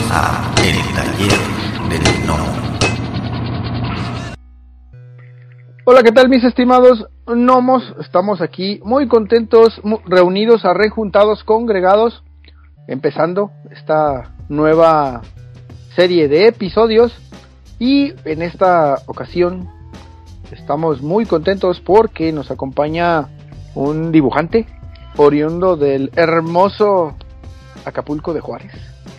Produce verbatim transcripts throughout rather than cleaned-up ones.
a El Taller del Gnomo. Hola, ¿qué tal mis estimados gnomos? Estamos aquí muy contentos, muy reunidos, arrejuntados, congregados, empezando esta nueva serie de episodios. Y en esta ocasión estamos muy contentos porque nos acompaña un dibujante oriundo del hermoso Acapulco de Juárez.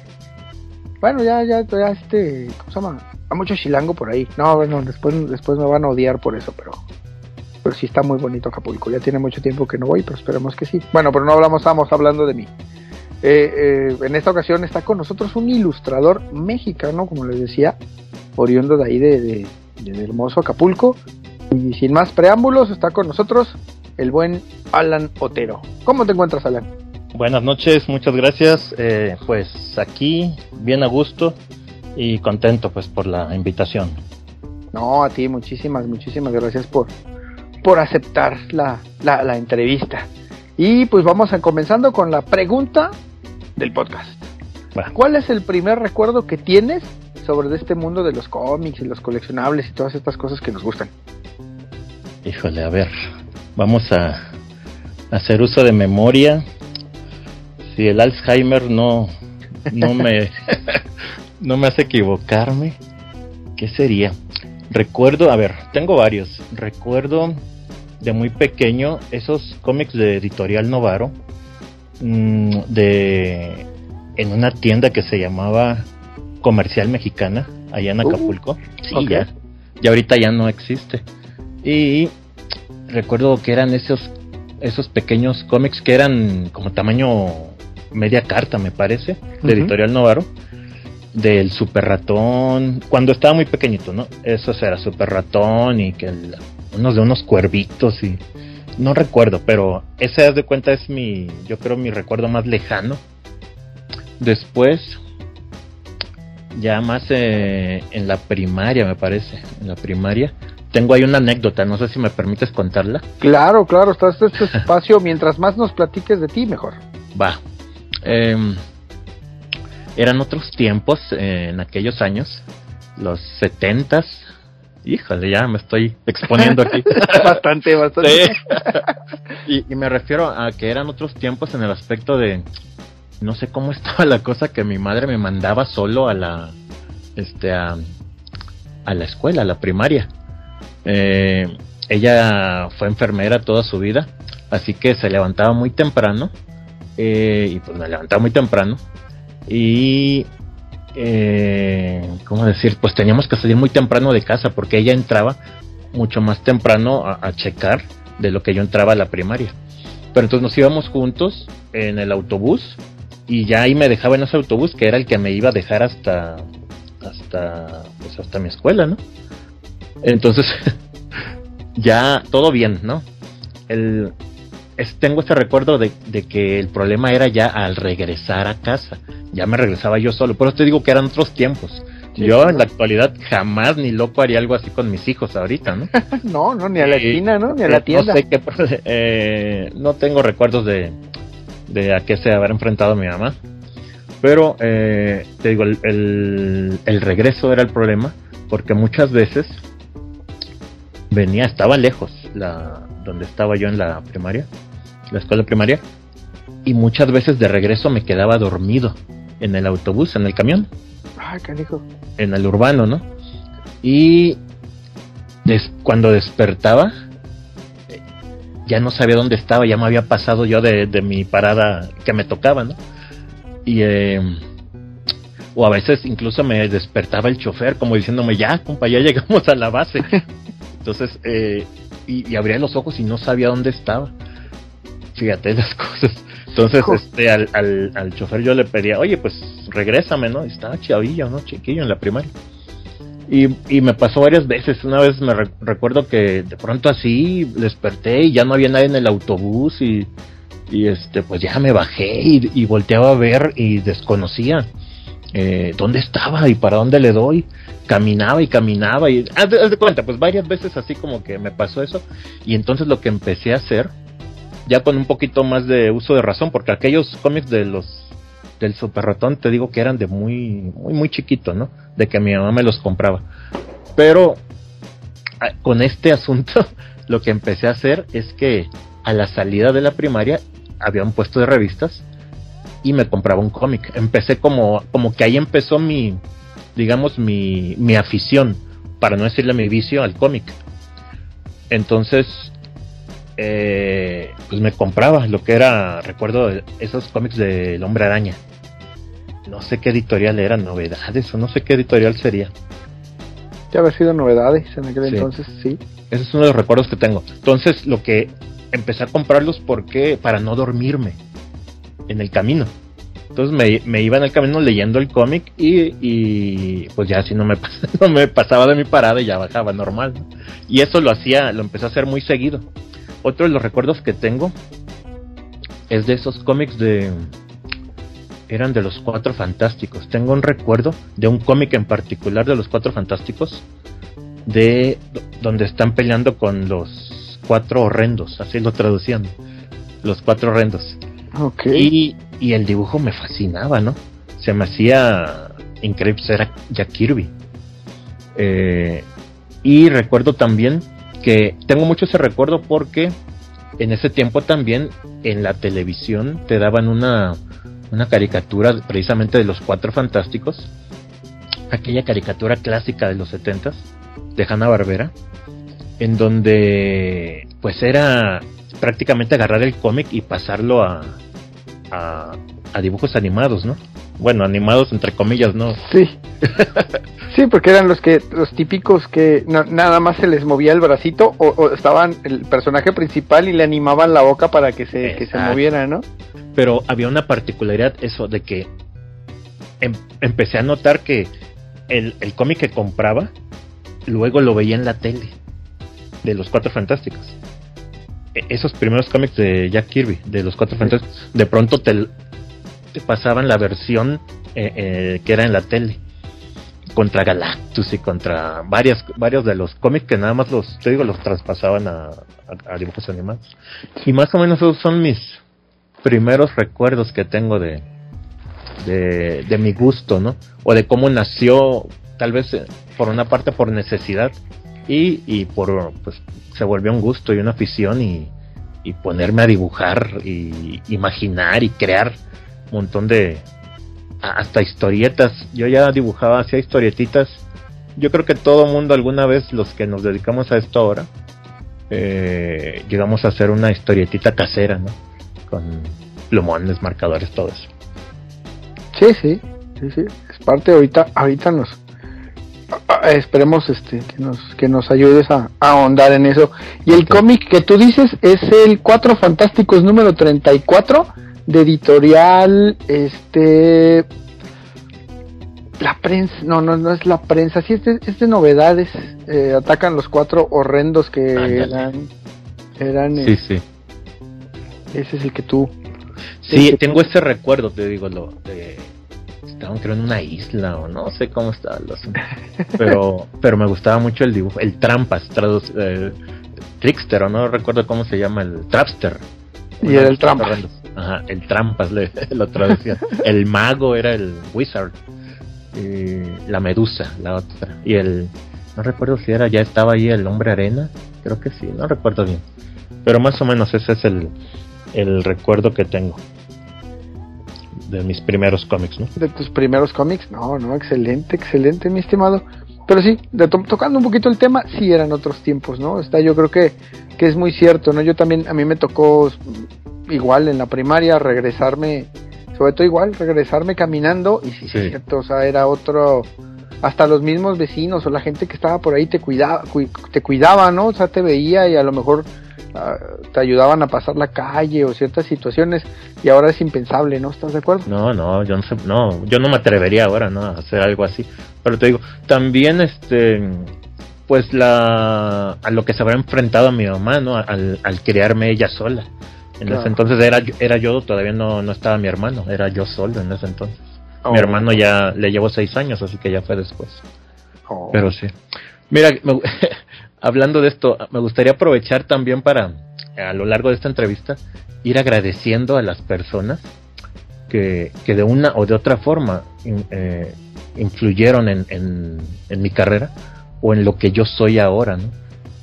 Bueno, ya, ya, ya, este, ¿cómo se llama? Hay mucho chilango por ahí. No, bueno, después, después me van a odiar por eso, pero, pero sí está muy bonito Acapulco. Ya tiene mucho tiempo que no voy, pero esperemos que sí. Bueno, pero no hablamos, estamos hablando de mí. Eh, eh, en esta ocasión está con nosotros un ilustrador mexicano, como les decía, oriundo de ahí de, de, de, de hermoso Acapulco. Y sin más preámbulos, está con nosotros el buen Alan Otero. ¿Cómo te encuentras, Alan? Buenas noches, muchas gracias. Eh, pues aquí, bien a gusto y contento pues por la invitación. No, a ti muchísimas, muchísimas gracias por, por aceptar la, la, la entrevista. Y pues vamos a comenzando con la pregunta del podcast. Bueno. ¿Cuál es el primer recuerdo que tienes sobre este mundo de los cómics y los coleccionables y todas estas cosas que nos gustan? Híjole, a ver, vamos a hacer uso de memoria. Si el Alzheimer no, no me no me hace equivocarme, ¿qué sería? Recuerdo, a ver, tengo varios. Recuerdo de muy pequeño esos cómics de Editorial Novaro, mmm, de en una tienda que se llamaba Comercial Mexicana, allá en Acapulco. Uh, sí, okay. ya, ya ahorita ya no existe. Y recuerdo que eran esos esos pequeños cómics que eran como tamaño media carta, me parece, de uh-huh. Editorial Novaro, del Super Ratón, cuando estaba muy pequeñito, ¿no? Eso era Super Ratón y que el, unos de unos cuervitos y no recuerdo, pero ese, haz de cuenta, es mi, yo creo, mi recuerdo más lejano. Después, ya más eh, en la primaria, me parece, en la primaria, tengo ahí una anécdota, no sé si me permites contarla. Claro, claro, está este, este espacio, mientras más nos platiques de ti, mejor. Va. Eh, eran otros tiempos, eh, en aquellos años, los setentas. Híjole, ya me estoy exponiendo aquí. bastante, bastante. Sí. y, y me refiero a que eran otros tiempos en el aspecto de, no sé cómo estaba la cosa, que mi madre me mandaba solo a la, este, a, a la escuela, a la primaria. Eh, ella fue enfermera toda su vida, así que se levantaba muy temprano. Eh, y pues me levantaba muy temprano y eh, ¿cómo decir? Pues teníamos que salir muy temprano de casa porque ella entraba mucho más temprano a, a checar de lo que yo entraba a la primaria. Pero entonces nos íbamos juntos en el autobús y ya ahí me dejaba en ese autobús que era el que me iba a dejar hasta hasta pues hasta mi escuela, ¿no? Entonces ya todo bien, ¿no? El Es, tengo este recuerdo de, de que el problema era ya al regresar a casa. Ya me regresaba yo solo. Por eso te digo que eran otros tiempos. Sí, yo, ¿no? En la actualidad jamás ni loco haría algo así con mis hijos ahorita, ¿no? no, no, ni a la esquina, ¿no? Ni a la tienda. No sé qué, eh, no tengo recuerdos de, de a qué se habrá enfrentado mi mamá. Pero, eh, te digo, el, el, el regreso era el problema. Porque muchas veces venía, estaba lejos la donde estaba yo en la primaria, la escuela primaria, y muchas veces de regreso me quedaba dormido en el autobús, en el camión. Ay, canijo. En el urbano, ¿no? Y des- cuando despertaba, ya no sabía dónde estaba, ya me había pasado yo de, de mi parada que me tocaba, ¿no? Y eh, o a veces incluso me despertaba el chofer como diciéndome, ya, compa, ya llegamos a la base. Entonces, eh, y, y abría los ojos y no sabía dónde estaba. Fíjate las cosas. Entonces, este, al, al, al chofer yo le pedía, oye, pues regrésame, ¿no? Y estaba chavillo, ¿no? Chiquillo en la primaria. Y, y me pasó varias veces. Una vez me re- recuerdo que de pronto así desperté y ya no había nadie en el autobús y, y este, pues ya me bajé y, y volteaba a ver y desconocía eh, dónde estaba y para dónde le doy. Caminaba y caminaba y haz de, haz de cuenta, pues varias veces así como que me pasó eso. Y entonces lo que empecé a hacer, ya con un poquito más de uso de razón, porque aquellos cómics de los del Super Ratón, te digo que eran de muy, muy, muy chiquito, ¿no? De que mi mamá me los compraba. Pero con este asunto, lo que empecé a hacer es que a la salida de la primaria había un puesto de revistas y me compraba un cómic. Empecé como, como que ahí empezó mi, digamos, mi, mi afición, para no decirle mi vicio, al cómic. Entonces, eh, pues me compraba lo que era, recuerdo esos cómics del Hombre Araña. No sé qué editorial era, Novedades, o no sé qué editorial sería. Ya haber sido Novedades en aquel sí. entonces, sí. Ese es uno de los recuerdos que tengo. Entonces, lo que empecé a comprarlos porque para no dormirme en el camino. Entonces me, me iba en el camino leyendo el cómic y, y pues ya así no me, no me pasaba de mi parada y ya bajaba normal, ¿no? Y eso lo hacía, lo empecé a hacer muy seguido. Otro de los recuerdos que tengo es de esos cómics de... eran de los Cuatro Fantásticos. Tengo un recuerdo de un cómic en particular de los Cuatro Fantásticos, de donde están peleando con los Cuatro Horrendos, así lo traducían, los Cuatro Horrendos. Okay. Y, y el dibujo me fascinaba, ¿no? Se me hacía increíble, era Jack Kirby. Eh, y recuerdo también que tengo mucho ese recuerdo porque en ese tiempo también en la televisión te daban una, una caricatura precisamente de los Cuatro Fantásticos, aquella caricatura clásica de los setentas de Hanna-Barbera, en donde pues era prácticamente agarrar el cómic y pasarlo a, a a dibujos animados, ¿no? Bueno, animados entre comillas, ¿no? Sí. Sí, porque eran los que los típicos que no, nada más se les movía el bracito o, o estaban el personaje principal y le animaban la boca para que se, que se moviera, ¿no? Pero había una particularidad, eso de que em, empecé a notar que el, el cómic que compraba luego lo veía en la tele de los Cuatro Fantásticos. Esos primeros cómics de Jack Kirby, de los Cuatro Fantásticos, de pronto te, te pasaban la versión eh, eh, que era en la tele, contra Galactus y contra varias, varios de los cómics que nada más los, te digo, los traspasaban a, a, a dibujos animados. Y más o menos esos son mis primeros recuerdos que tengo de, de, de mi gusto, ¿no? O de cómo nació, tal vez por una parte por necesidad, y, y por, pues, se volvió un gusto y una afición, y, y ponerme a dibujar y imaginar y crear un montón de, hasta historietas. Yo ya dibujaba, hacía historietitas. Yo creo que todo mundo alguna vez, los que nos dedicamos a esto ahora, eh, llegamos a hacer una historietita casera, ¿no? Con plumones, marcadores, todo eso. Sí, sí, sí, sí. Es parte, ahorita, ahorita nos esperemos este que nos que nos ayudes a, a ahondar en eso. Y el okay. cómic que tú dices es el Cuatro Fantásticos número treinta y cuatro de editorial este la prensa, no, no, no es la prensa, sí, este es de Novedades. Eh, atacan los Cuatro Horrendos que ah, eran eran sí, eh, sí. Ese es el que tú sí, el que tengo tú... ese recuerdo, te digo, lo de estaban creo en una isla o no sé cómo estaba el asunto, pero pero me gustaba mucho el dibujo, el Trampas, traduc- eh, Trickster, o no recuerdo cómo se llama, el Trapster. Y era el Trampas. Ajá, el Trampas le, lo traducía. El Mago era el Wizard. Y la Medusa, la otra. Y el, no recuerdo si era, ya estaba ahí el Hombre Arena, creo que sí, no recuerdo bien. Pero más o menos ese es el, el recuerdo que tengo de mis primeros cómics, ¿no? De tus primeros cómics, no, no, excelente, excelente, mi estimado. Pero sí, de to- tocando un poquito el tema, sí eran otros tiempos, ¿no? Está, yo creo que, que es muy cierto, ¿no? Yo también, a mí me tocó igual en la primaria regresarme, sobre todo igual, regresarme caminando, y sí, sí. es cierto, o sea, era otro, hasta los mismos vecinos o la gente que estaba por ahí te cuidaba, cu- te cuidaba, ¿no? O sea, te veía y a lo mejor te ayudaban a pasar la calle o ciertas situaciones, y ahora es impensable, ¿no? ¿Estás de acuerdo? No, no, yo no sé, no, yo no me atrevería ahora, ¿no? A hacer algo así. Pero te digo, también este, pues la, a lo que se habrá enfrentado mi mamá, ¿no? Al, al criarme ella sola. En claro. ese entonces era, era yo, todavía no, no estaba mi hermano, era yo solo en ese entonces. Oh. Mi hermano ya le llevó seis años, así que ya fue después. Oh. Pero sí. Mira, me, hablando de esto, me gustaría aprovechar también para, a lo largo de esta entrevista, ir agradeciendo a las personas que, que de una o de otra forma in, eh, influyeron en, en, en mi carrera o en lo que yo soy ahora, ¿no?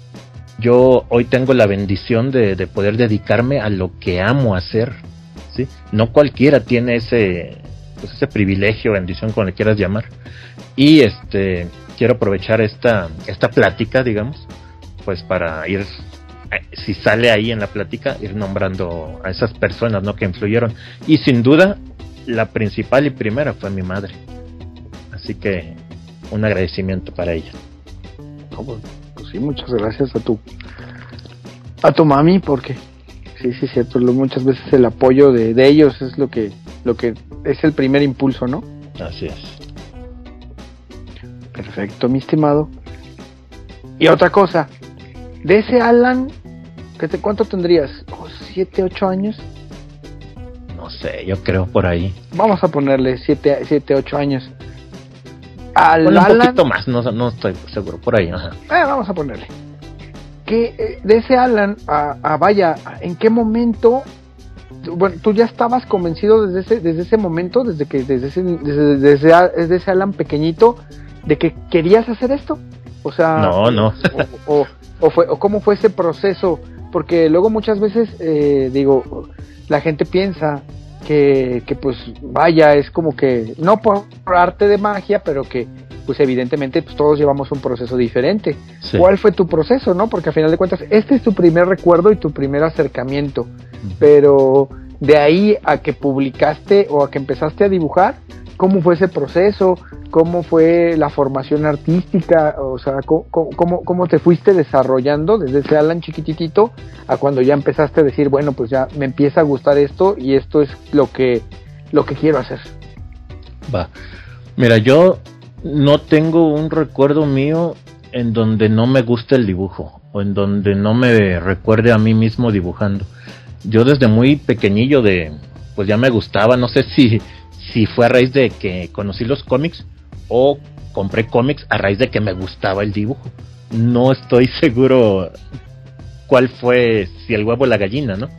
Yo hoy tengo la bendición de, de poder dedicarme a lo que amo hacer, ¿sí? No cualquiera tiene ese, pues ese privilegio, bendición, como le quieras llamar. Y este quiero aprovechar esta esta plática, digamos, pues para ir, si sale ahí en la plática, ir nombrando a esas personas, ¿no?, que influyeron. Y sin duda, la principal y primera fue mi madre. Así que un agradecimiento para ella. No, pues, pues sí, muchas gracias a tu a tu mami, porque sí, sí, cierto, lo, muchas veces el apoyo de, de ellos es lo que lo que es el primer impulso, ¿no? Así es. Perfecto, mi estimado. Y otra cosa, de ese Alan, ¿qué te, ¿cuánto tendrías? Oh, ¿Siete, ocho años? No sé, yo creo por ahí. Vamos a ponerle siete, siete, ocho años. Al Ponle un Alan, poquito más, no, no estoy seguro, por ahí, ajá. Eh, vamos a ponerle. Que eh, de ese Alan a, a vaya, ¿en qué momento? Bueno, tú ya estabas convencido desde ese desde ese momento, desde que desde ese desde, desde, desde ese Alan pequeñito, de que querías hacer esto, o sea, no, no, o, o, o fue o cómo fue ese proceso, porque luego muchas veces eh, digo, la gente piensa que que pues vaya, es como que no por arte de magia, pero que pues evidentemente pues todos llevamos un proceso diferente. Sí. ¿Cuál fue tu proceso, no? Porque al final de cuentas este es tu primer recuerdo y tu primer acercamiento, uh-huh. Pero de ahí a que publicaste o a que empezaste a dibujar, ¿cómo fue ese proceso? ¿Cómo fue la formación artística? O sea, ¿cómo, cómo, cómo te fuiste desarrollando desde ese Alan chiquititito a cuando ya empezaste a decir, bueno, pues ya me empieza a gustar esto y esto es lo que, lo que quiero hacer? Va, mira, yo no tengo un recuerdo mío en donde no me guste el dibujo o en donde no me recuerde a mí mismo dibujando. Yo desde muy pequeñillo de, pues ya me gustaba, no sé si, si fue a raíz de que conocí los cómics o compré cómics a raíz de que me gustaba el dibujo. No estoy seguro cuál fue, si el huevo o la gallina, ¿no?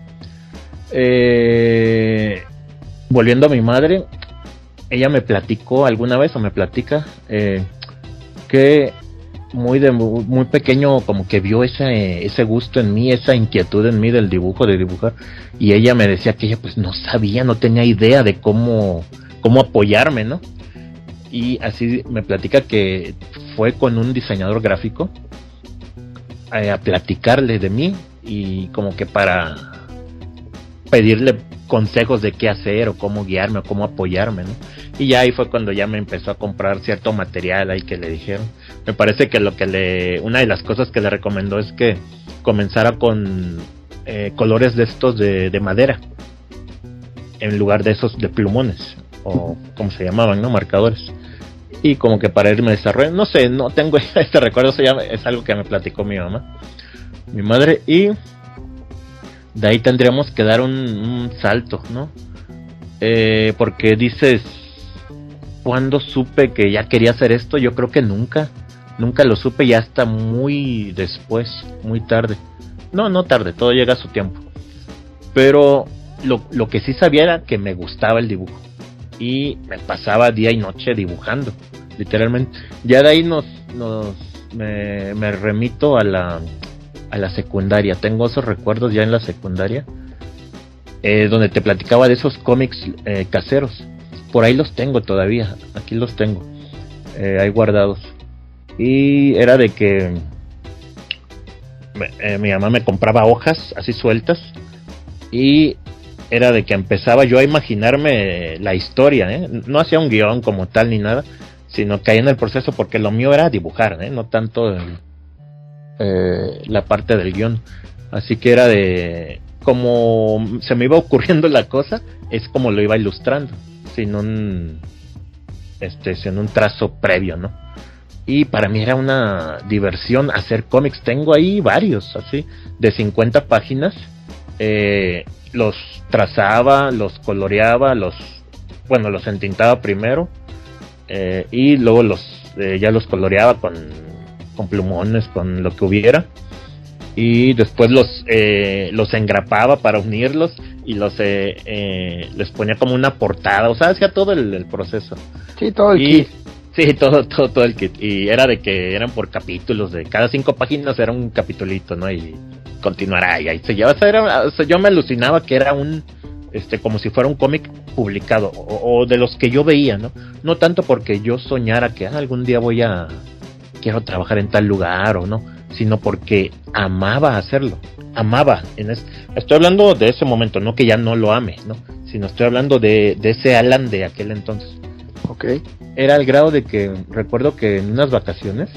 Eh, volviendo a mi madre, ella me platicó alguna vez, o me platica, eh, que muy de muy pequeño como que vio ese, ese gusto en mí, esa inquietud en mí del dibujo, de dibujar, y ella me decía que ella pues no sabía, no tenía idea de cómo, cómo apoyarme, ¿no? Y así me platica que fue con un diseñador gráfico eh, a platicarle de mí y como que para pedirle consejos de qué hacer o cómo guiarme o cómo apoyarme, ¿no? Y ya ahí fue cuando ya me empezó a comprar cierto material ahí que le dijeron. Me parece que lo que le, una de las cosas que le recomendó es que comenzara con eh, colores de estos de, de madera en lugar de esos de plumones o como se llamaban, ¿no? Marcadores. Y como que para irme desarrollando, no sé, no tengo este recuerdo, eso ya es algo que me platicó mi mamá, mi madre, y de ahí tendríamos que dar un, un salto, ¿no? Eh, porque dices, ¿cuándo supe que ya quería hacer esto? Yo creo que nunca, nunca lo supe, ya hasta muy después, muy tarde. No, no tarde, todo llega a su tiempo. Pero lo, lo que sí sabía era que me gustaba el dibujo. Y me pasaba día y noche dibujando, literalmente. Ya de ahí nos, nos me, me remito a la... a la secundaria. Tengo esos recuerdos ya en la secundaria, eh, donde te platicaba de esos cómics eh, caseros. Por ahí los tengo todavía, aquí los tengo eh, ahí guardados. Y era de que eh, mi mamá me compraba hojas así sueltas y era de que empezaba yo a imaginarme la historia, ¿eh? No hacía un guión como tal ni nada, sino caía en el proceso, porque lo mío era dibujar, ¿eh? No tanto el Eh, la parte del guión. Así que era de como se me iba ocurriendo la cosa, es como lo iba ilustrando, sin un este sin un trazo previo, ¿no? Y para mí era una diversión hacer cómics. Tengo ahí varios así de cincuenta páginas, eh, los trazaba, los coloreaba, los bueno los entintaba primero eh, y luego los eh, ya los coloreaba con con plumones, con lo que hubiera, y después los eh, los engrapaba para unirlos y los eh, eh, les ponía como una portada, o sea, hacía todo el, el proceso. Sí, todo el y, kit. Sí, todo, todo, todo el kit. Y era de que eran por capítulos, de cada cinco páginas era un capitulito, ¿no? Y continuará, y ahí se lleva. O sea, era, o sea, yo me alucinaba que era un, este, como si fuera un cómic publicado, o, o de los que yo veía, ¿no? No tanto porque yo soñara que ah, algún día voy a, quiero trabajar en tal lugar, o no, sino porque amaba hacerlo. Amaba. En es, estoy hablando de ese momento, no que ya no lo ame, ¿no? Sino estoy hablando de, de ese Alan de aquel entonces. Ok. Era al grado de que recuerdo que en unas vacaciones,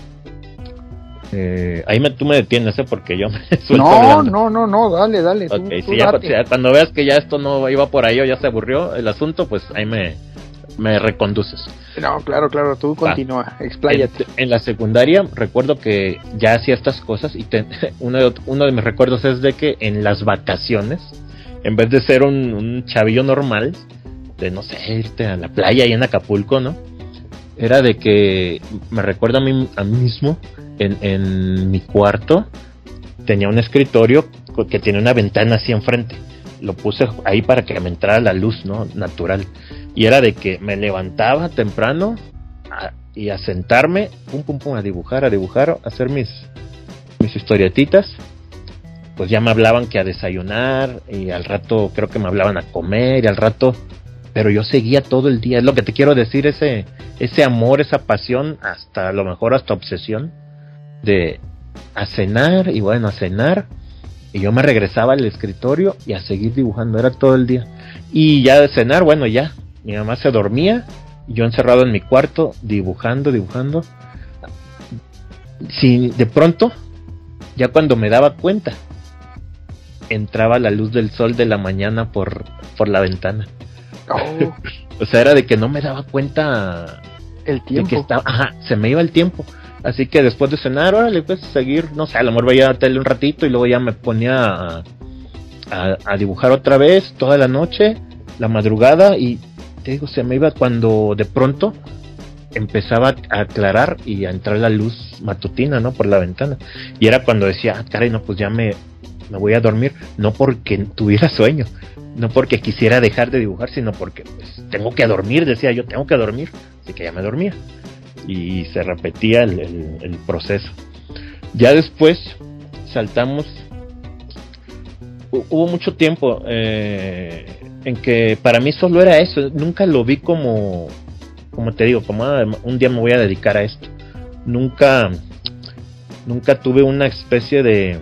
eh, ahí me, tú me detienes, ¿eh? Porque yo me suelto No, hablando. no, no, no, dale, dale. Ok, tú, tú sí, ya, date. ya, cuando veas que ya esto no iba por ahí o ya se aburrió el asunto, pues ahí me, me reconduces. No, claro, claro, tú continúa, expláyate. En, en la secundaria recuerdo que ya hacía estas cosas y te, uno, de, uno de mis recuerdos es de que en las vacaciones, en vez de ser un, un chavillo normal, de no sé, irte a la playa ahí en Acapulco, ¿no? Era de que me recuerdo a mí, a mí mismo en, en mi cuarto tenía un escritorio que tiene una ventana así enfrente. Lo puse ahí para que me entrara la luz, ¿no? Natural. Y era de que me levantaba temprano a, y a sentarme, pum pum pum, a dibujar, a dibujar, a hacer mis mis historietitas. Pues ya me hablaban que a desayunar y al rato creo que me hablaban a comer y al rato, pero yo seguía todo el día. Es lo que te quiero decir, ese ese amor, esa pasión, hasta a lo mejor hasta obsesión de a cenar y bueno, a cenar y yo me regresaba al escritorio y a seguir dibujando, era todo el día. Y ya de cenar, bueno, ya mi mamá se dormía y yo encerrado en mi cuarto dibujando, dibujando. Si de pronto, ya cuando me daba cuenta, entraba la luz del sol de la mañana por por la ventana. Oh. O sea, era de que no me daba cuenta El tiempo. de que estaba, ajá, se me iba el tiempo. Así que después de cenar, órale, pues seguir, no sé, a lo mejor veía la tele un ratito y luego ya me ponía a, a, a dibujar otra vez toda la noche, la madrugada, y te digo, se me iba cuando de pronto empezaba a aclarar y a entrar la luz matutina, ¿no? Por la ventana. Y era cuando decía, ah, caray, no, pues ya me, me voy a dormir, no porque tuviera sueño, no porque quisiera dejar de dibujar, sino porque pues, tengo que dormir, decía yo, tengo que dormir, así que ya me dormía. Y se repetía el, el, el proceso. Ya después saltamos, hubo mucho tiempo eh, en que para mí solo era eso, nunca lo vi como, como te digo, como ah, un día me voy a dedicar a esto. Nunca, nunca tuve una especie de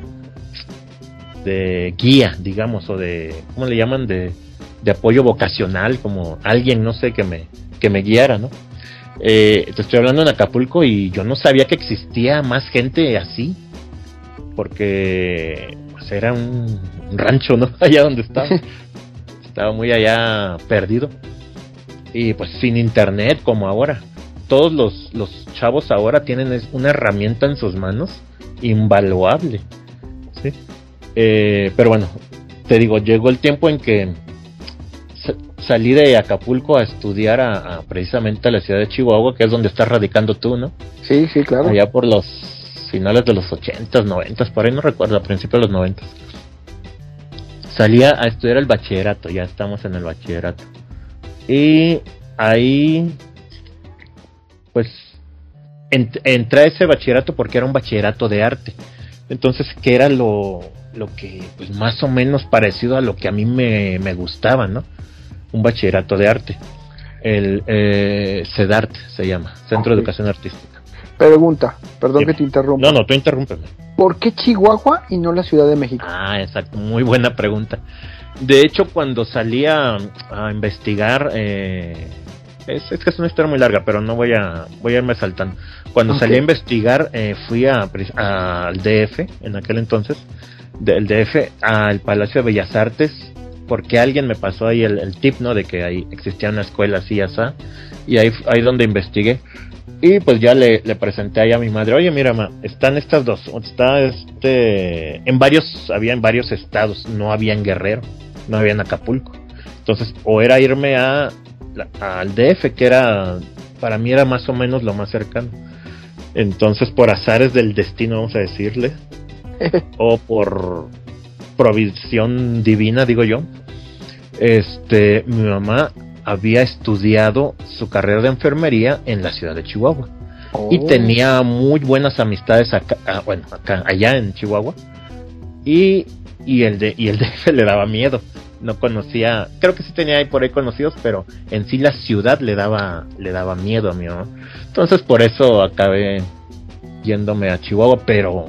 de guía, digamos, o de, ¿cómo le llaman? De, de apoyo vocacional, como alguien, no sé, que me, que me guiara, ¿no? Eh, te estoy hablando en Acapulco y yo no sabía que existía más gente así, porque pues era un, un rancho, ¿no? Allá donde estaba, estaba muy allá perdido, y pues sin internet como ahora. Todos los, los chavos ahora tienen una herramienta en sus manos invaluable, ¿sí? Eh, pero bueno, te digo, llegó el tiempo en que sa- salí de Acapulco a estudiar a, a precisamente a la ciudad de Chihuahua, que es donde estás radicando tú, ¿no? Sí, sí, claro. Allá por los finales de los ochentas, noventas, por ahí no recuerdo, a principios de los noventas. Salí a estudiar el bachillerato, ya estamos en el bachillerato. Y ahí, pues, ent- entré a ese bachillerato porque era un bachillerato de arte. Entonces, ¿qué era lo, lo que, pues, más o menos parecido a lo que a mí me, me gustaba, ¿no? Un bachillerato de arte. El eh, CEDART se llama, Centro Okay. de Educación Artística. Pregunta, perdón Dime. que te interrumpa. No, no, tú interrúmpeme. ¿Por qué Chihuahua y no la Ciudad de México? Ah, exacto, muy buena pregunta. De hecho, cuando salí a, a investigar, eh, es, es que es una historia muy larga, pero no voy a voy a irme saltando. Cuando Okay. salí a investigar, eh, fui a, a, al D F, en aquel entonces, del D F al Palacio de Bellas Artes, porque alguien me pasó ahí el, el tip, ¿no? De que ahí existía una escuela así, así, y ahí ahí donde investigué. Y pues ya le, le presenté ahí a mi madre, oye, mira, ma, están estas dos, está este, en varios, había en varios estados, no había en Guerrero, no había en Acapulco. Entonces, o era irme a, a al D F, que era, para mí era más o menos lo más cercano. Entonces, por azares del destino, vamos a decirle, o por provisión divina, digo yo, este, mi mamá había estudiado su carrera de enfermería en la ciudad de Chihuahua. Oh. Y tenía muy buenas amistades acá, ah, bueno, acá, allá en Chihuahua. Y, y el de, y el D F le daba miedo. No conocía, creo que sí tenía ahí por ahí conocidos, pero en sí la ciudad le daba, le daba miedo a mi mamá. Entonces por eso acabé yéndome a Chihuahua, pero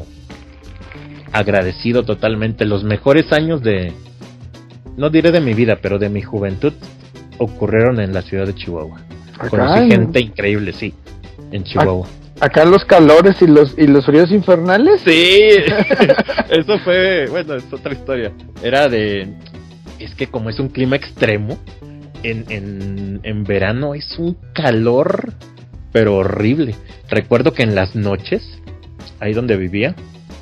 agradecido totalmente. Los mejores años de, no diré de mi vida, pero de mi juventud, ocurrieron en la ciudad de Chihuahua. Acá conocí en... gente increíble, sí, en Chihuahua. Acá los calores y los y los fríos infernales. Sí, eso fue, bueno, es otra historia. Era de, es que como es un clima extremo, en, en, en verano es un calor, pero horrible. Recuerdo que en las noches, ahí donde vivía,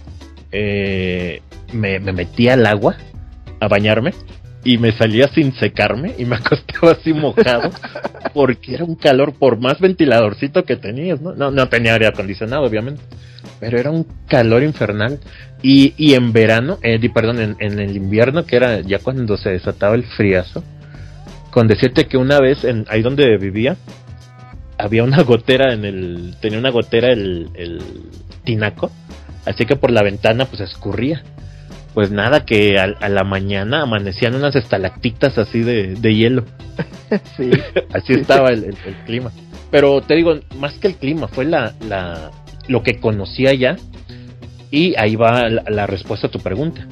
eh, me, me metía al agua a bañarme y me salía sin secarme y me acostaba así mojado porque era un calor, por más ventiladorcito que tenías, ¿no? No, no tenía aire acondicionado, obviamente, pero era un calor infernal. Y, y en verano, eh, perdón, en, en el invierno, que era ya cuando se desataba el friazo, con decirte que una vez, en, ahí donde vivía, había una gotera en el, tenía una gotera el, el tinaco, así que por la ventana pues escurría. Pues nada, que a, a la mañana amanecían unas estalactitas así de, de hielo. Sí. Así estaba el, el, el clima. Pero te digo, más que el clima, fue la, la lo que conocía ya. Y ahí va la, la respuesta a tu pregunta.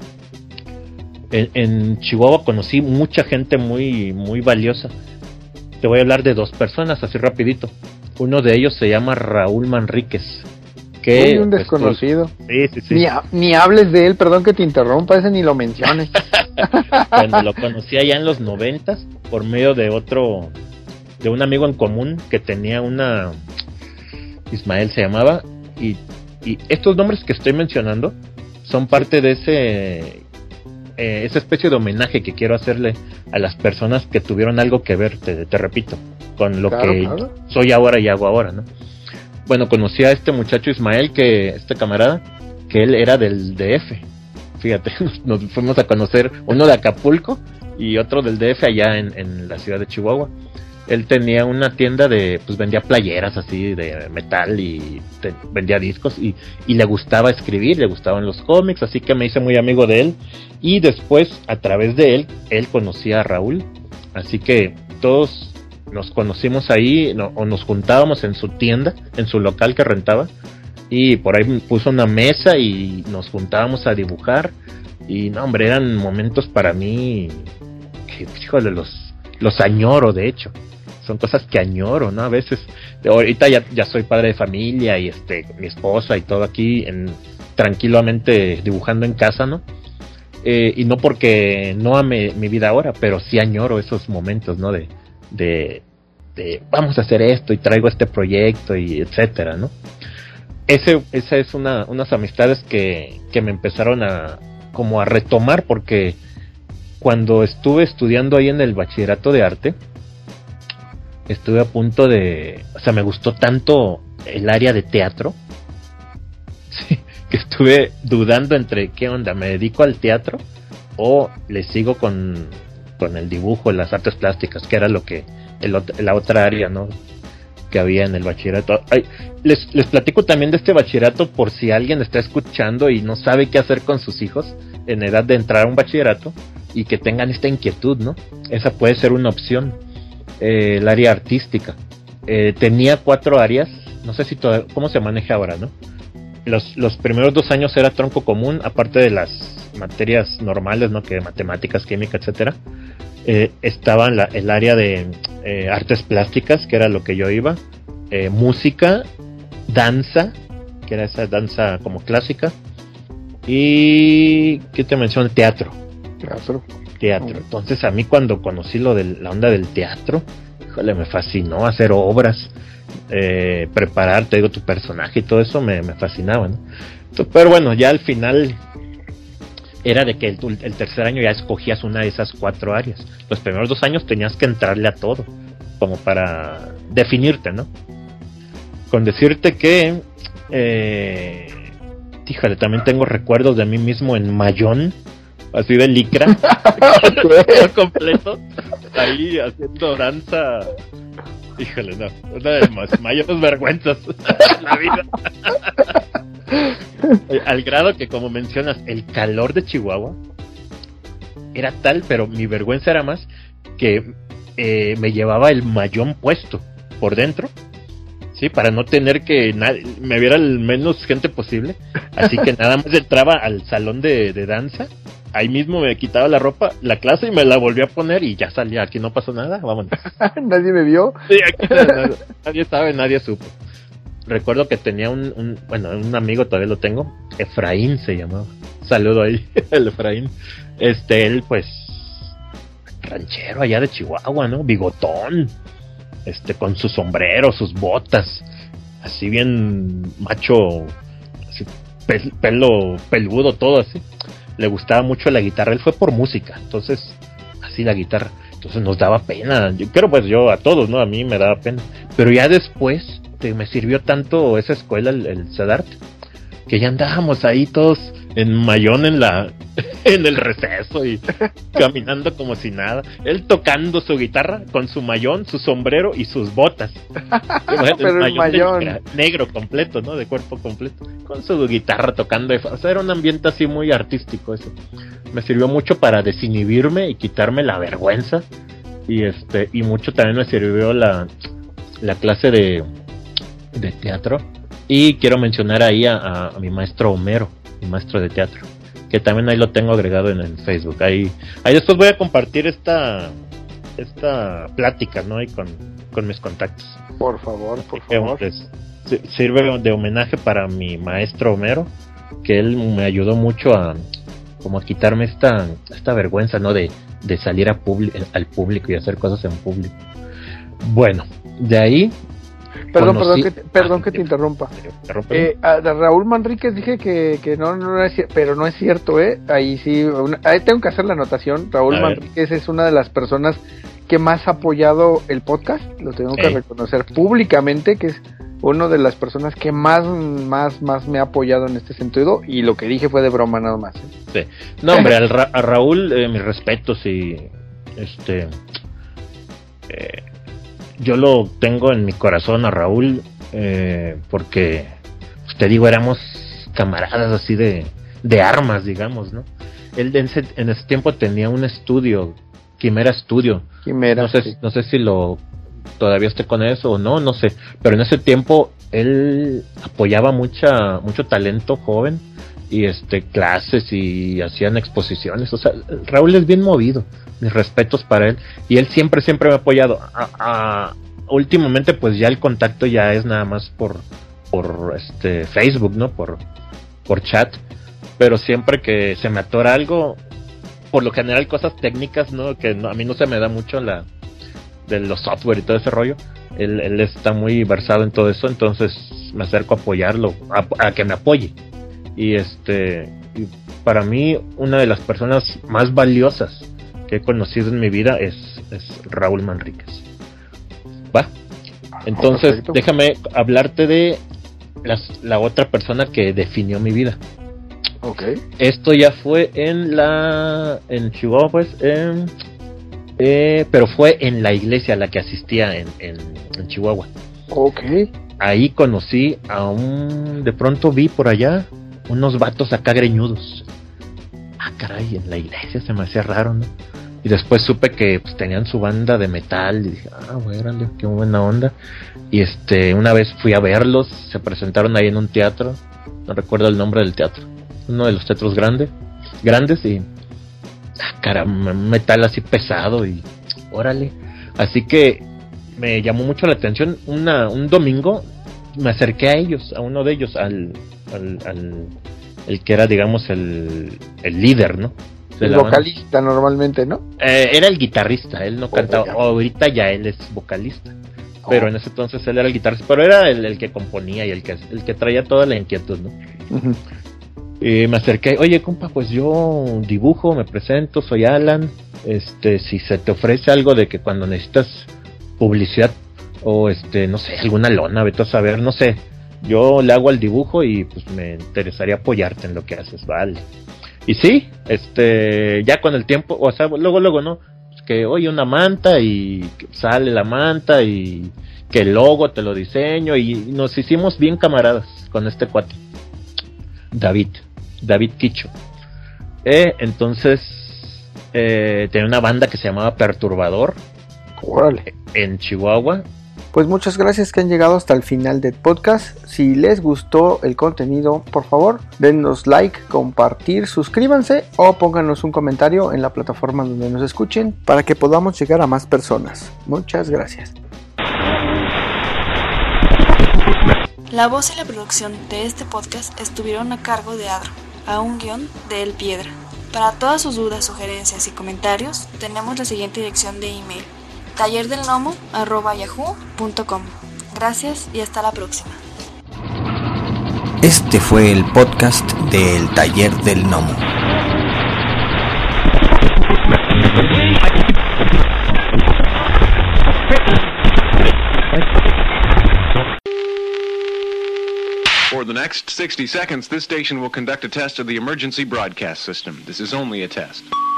En, en Chihuahua conocí mucha gente muy, muy valiosa. Te voy a hablar de dos personas, así rapidito. Uno de ellos se llama Raúl Manríquez. Que, Uy, un desconocido. Pues, sí, sí, sí. Ni, ha, ni hables de él, perdón que te interrumpa, ese ni lo menciones. Cuando lo conocí allá en los noventas, por medio de otro, de un amigo en común que tenía una, Ismael se llamaba, y, y estos nombres que estoy mencionando son parte de ese, eh, esa especie de homenaje que quiero hacerle a las personas que tuvieron algo que ver, te, te repito, con lo claro, que claro. soy ahora y hago ahora, ¿no? Bueno, conocí a este muchacho Ismael, que este camarada, que él era del D F. Fíjate, nos, nos fuimos a conocer uno de Acapulco y otro del D F allá en, en la ciudad de Chihuahua. Él tenía una tienda de, pues vendía playeras así de metal y te, vendía discos y, y le gustaba escribir, le gustaban los cómics, así que me hice muy amigo de él. Y después, a través de él, él conocía a Raúl, así que todos nos conocimos ahí, no, o nos juntábamos en su tienda, en su local que rentaba, y por ahí puso una mesa y nos juntábamos a dibujar, y no, hombre, eran momentos para mí que, híjole, los, los añoro, de hecho, son cosas que añoro, ¿no? A veces, ahorita ya, ya soy padre de familia, y este, mi esposa y todo aquí, en, tranquilamente dibujando en casa, ¿no? Eh, y no porque no ame mi vida ahora, pero sí añoro esos momentos, ¿no? De De, de vamos a hacer esto y traigo este proyecto y etcétera, ¿no? Ese, esa es una, unas amistades que, que me empezaron a como a retomar, porque cuando estuve estudiando ahí en el bachillerato de arte, estuve a punto de, o sea, me gustó tanto el área de teatro, sí, que estuve dudando entre qué onda, me dedico al teatro o le sigo con con el dibujo, las artes plásticas, que era lo que el, la otra área, ¿no?, que había en el bachillerato. Ay, les, les platico también de este bachillerato por si alguien está escuchando y no sabe qué hacer con sus hijos en edad de entrar a un bachillerato y que tengan esta inquietud, ¿no? Esa puede ser una opción. Eh, el área artística. Eh, tenía cuatro áreas, no sé si todo, cómo se maneja ahora, ¿no? Los, los primeros dos años era tronco común, aparte de las materias normales, ¿no?, que matemáticas, química, etcétera. Eh, estaba la, el área de eh, artes plásticas, que era lo que yo iba, eh, música, danza, que era esa danza como clásica, y ¿qué te menciono? Teatro. Teatro. Teatro. Entonces a mí cuando conocí lo de la onda del teatro, híjole, me fascinó hacer obras, eh, preparar, te digo, tu personaje y todo eso me, me fascinaba, ¿no? Entonces, pero bueno, ya al final era de que el, el tercer año ya escogías una de esas cuatro áreas. Los primeros dos años tenías que entrarle a todo, como para definirte, ¿no? Con decirte que eh, híjole, también tengo recuerdos de mí mismo en mayón, así de licra, completo, ahí haciendo danza. Híjole, no, una de las mayores vergüenzas de la vida. Al grado que, como mencionas, el calor de Chihuahua era tal, pero mi vergüenza era más que eh, me llevaba el mayón puesto por dentro, sí, para no tener que nadie, me viera el menos gente posible, así que nada más entraba al salón de, de danza, ahí mismo me quitaba la ropa, la clase, y me la volví a poner y ya salía, aquí no pasó nada, vámonos. Nadie me vio. Sí, aquí nadie, nadie sabe, nadie supo. Recuerdo que tenía un, un, bueno, un amigo, todavía lo tengo, Efraín se llamaba, saludo ahí, el Efraín, este, él pues, ranchero allá de Chihuahua, ¿no? Bigotón, este, con su sombrero, sus botas, así bien macho, así, pel, pelo peludo, todo así. Le gustaba mucho la guitarra, él fue por música, entonces, así la guitarra, entonces nos daba pena, yo creo pues yo a todos, ¿no? A mí me daba pena, pero ya después te, me sirvió tanto esa escuela, el, el CEDART, que ya andábamos ahí todos en mayón en la en el receso y caminando como si nada, él tocando su guitarra con su mayón, su sombrero y sus botas. Pero el mayón, mayón. Negro, negro completo, ¿no? De cuerpo completo, con su guitarra tocando, o sea, era un ambiente así muy artístico eso. Me sirvió mucho para desinhibirme y quitarme la vergüenza, y este y mucho también me sirvió la la clase de de teatro, y quiero mencionar ahí a, a, a mi maestro Homero, mi maestro de teatro, que también ahí lo tengo agregado en el Facebook. Ahí, ahí después voy a compartir esta esta plática, ¿no? Ahí con, con mis contactos. Por favor, por que, favor. Pues, sirve de homenaje para mi maestro Homero, que él me ayudó mucho a como a quitarme esta esta vergüenza, ¿no? De, de salir a publi- al público y hacer cosas en público. Bueno, de ahí Perdón, conocí... perdón, que te, perdón ah, que te interrumpa. Eh, a Raúl Manríquez dije que, que no, no es cierto, pero no es cierto, ¿eh? Ahí sí, una, ahí tengo que hacer la anotación. Raúl a Manríquez ver. Es una de las personas que más ha apoyado el podcast, lo tengo que hey. reconocer públicamente, que es una de las personas que más, más, más me ha apoyado en este sentido, y lo que dije fue de broma nada más, ¿eh? Sí. No, hombre, al Ra- a Raúl, eh, mis respetos, y este... Eh, yo lo tengo en mi corazón a Raúl, eh, porque, pues te digo, éramos camaradas así de, de armas, digamos, ¿no? Él en ese, en ese tiempo tenía un estudio, Quimera Studio. Quimera, no sé, sí. no sé si lo todavía esté con eso o no, no sé. Pero en ese tiempo él apoyaba mucha, mucho talento joven, y este clases, y hacían exposiciones. O sea, Raúl es bien movido. Mis respetos para él, y él siempre siempre me ha apoyado. A, a, últimamente pues ya el contacto ya es nada más por por este Facebook, ¿no? Por por chat, pero siempre que se me atora algo, por lo general cosas técnicas, ¿no? Que no, a mí no se me da mucho la de los software y todo ese rollo. Él, él está muy versado en todo eso, entonces me acerco a apoyarlo, a, a que me apoye. Y este y para mí una de las personas más valiosas que he conocido en mi vida es, es Raúl Manríquez. Va. Entonces, perfecto. Déjame hablarte de las, la otra persona que definió mi vida. Okay. Esto ya fue en la en Chihuahua, pues, eh, eh, pero fue en la iglesia a la que asistía en, en, en Chihuahua. Okay. Ahí conocí a un, de pronto vi por allá unos vatos acá greñudos. Ah, caray, en la iglesia se me hacía raro, ¿no? Y después supe que pues, tenían su banda de metal, y dije, ah, bueno, qué buena onda. Y este, una vez fui a verlos, se presentaron ahí en un teatro, no recuerdo el nombre del teatro, uno de los teatros grandes, grandes, y ah, caramba, metal así pesado, y órale. Así que me llamó mucho la atención. Una, un domingo me acerqué a ellos, a uno de ellos, al, al, al el que era, digamos, el, el líder, ¿no? El vocalista banda. Normalmente, ¿no? Eh, era el guitarrista, él no oh, cantaba. Ya. Ahorita ya él es vocalista, oh. Pero en ese entonces él era el guitarrista, pero era el, el que componía y el que el que traía toda la inquietud, ¿no? Uh-huh. Y me acerqué, oye, compa, pues yo dibujo, me presento, soy Alan. Este, si se te ofrece algo de que cuando necesitas publicidad o este, no sé, alguna lona, vete a saber, no sé, yo le hago al dibujo y pues me interesaría apoyarte en lo que haces, vale. Y sí, este, ya con el tiempo, o sea, luego, luego, ¿no? Pues que, oye, una manta y sale la manta y que el logo te lo diseño y nos hicimos bien camaradas con este cuate, David, David Quicho. Eh, entonces, eh, tenía una banda que se llamaba Perturbador. Órale. En Chihuahua. Pues muchas gracias que han llegado hasta el final del podcast. Si les gustó el contenido, por favor, denos like, compartir, suscríbanse o pónganos un comentario en la plataforma donde nos escuchen para que podamos llegar a más personas. Muchas gracias. La voz y la producción de este podcast estuvieron a cargo de Adro, a un guión de El Piedra. Para todas sus dudas, sugerencias y comentarios, tenemos la siguiente dirección de email: tallerdelgnomo arroba yahoo punto com. Gracias y hasta la próxima. Este fue el podcast del Taller del Gnomo. For the next sixty seconds, this station will conduct a test of the emergency broadcast system. This is only a test.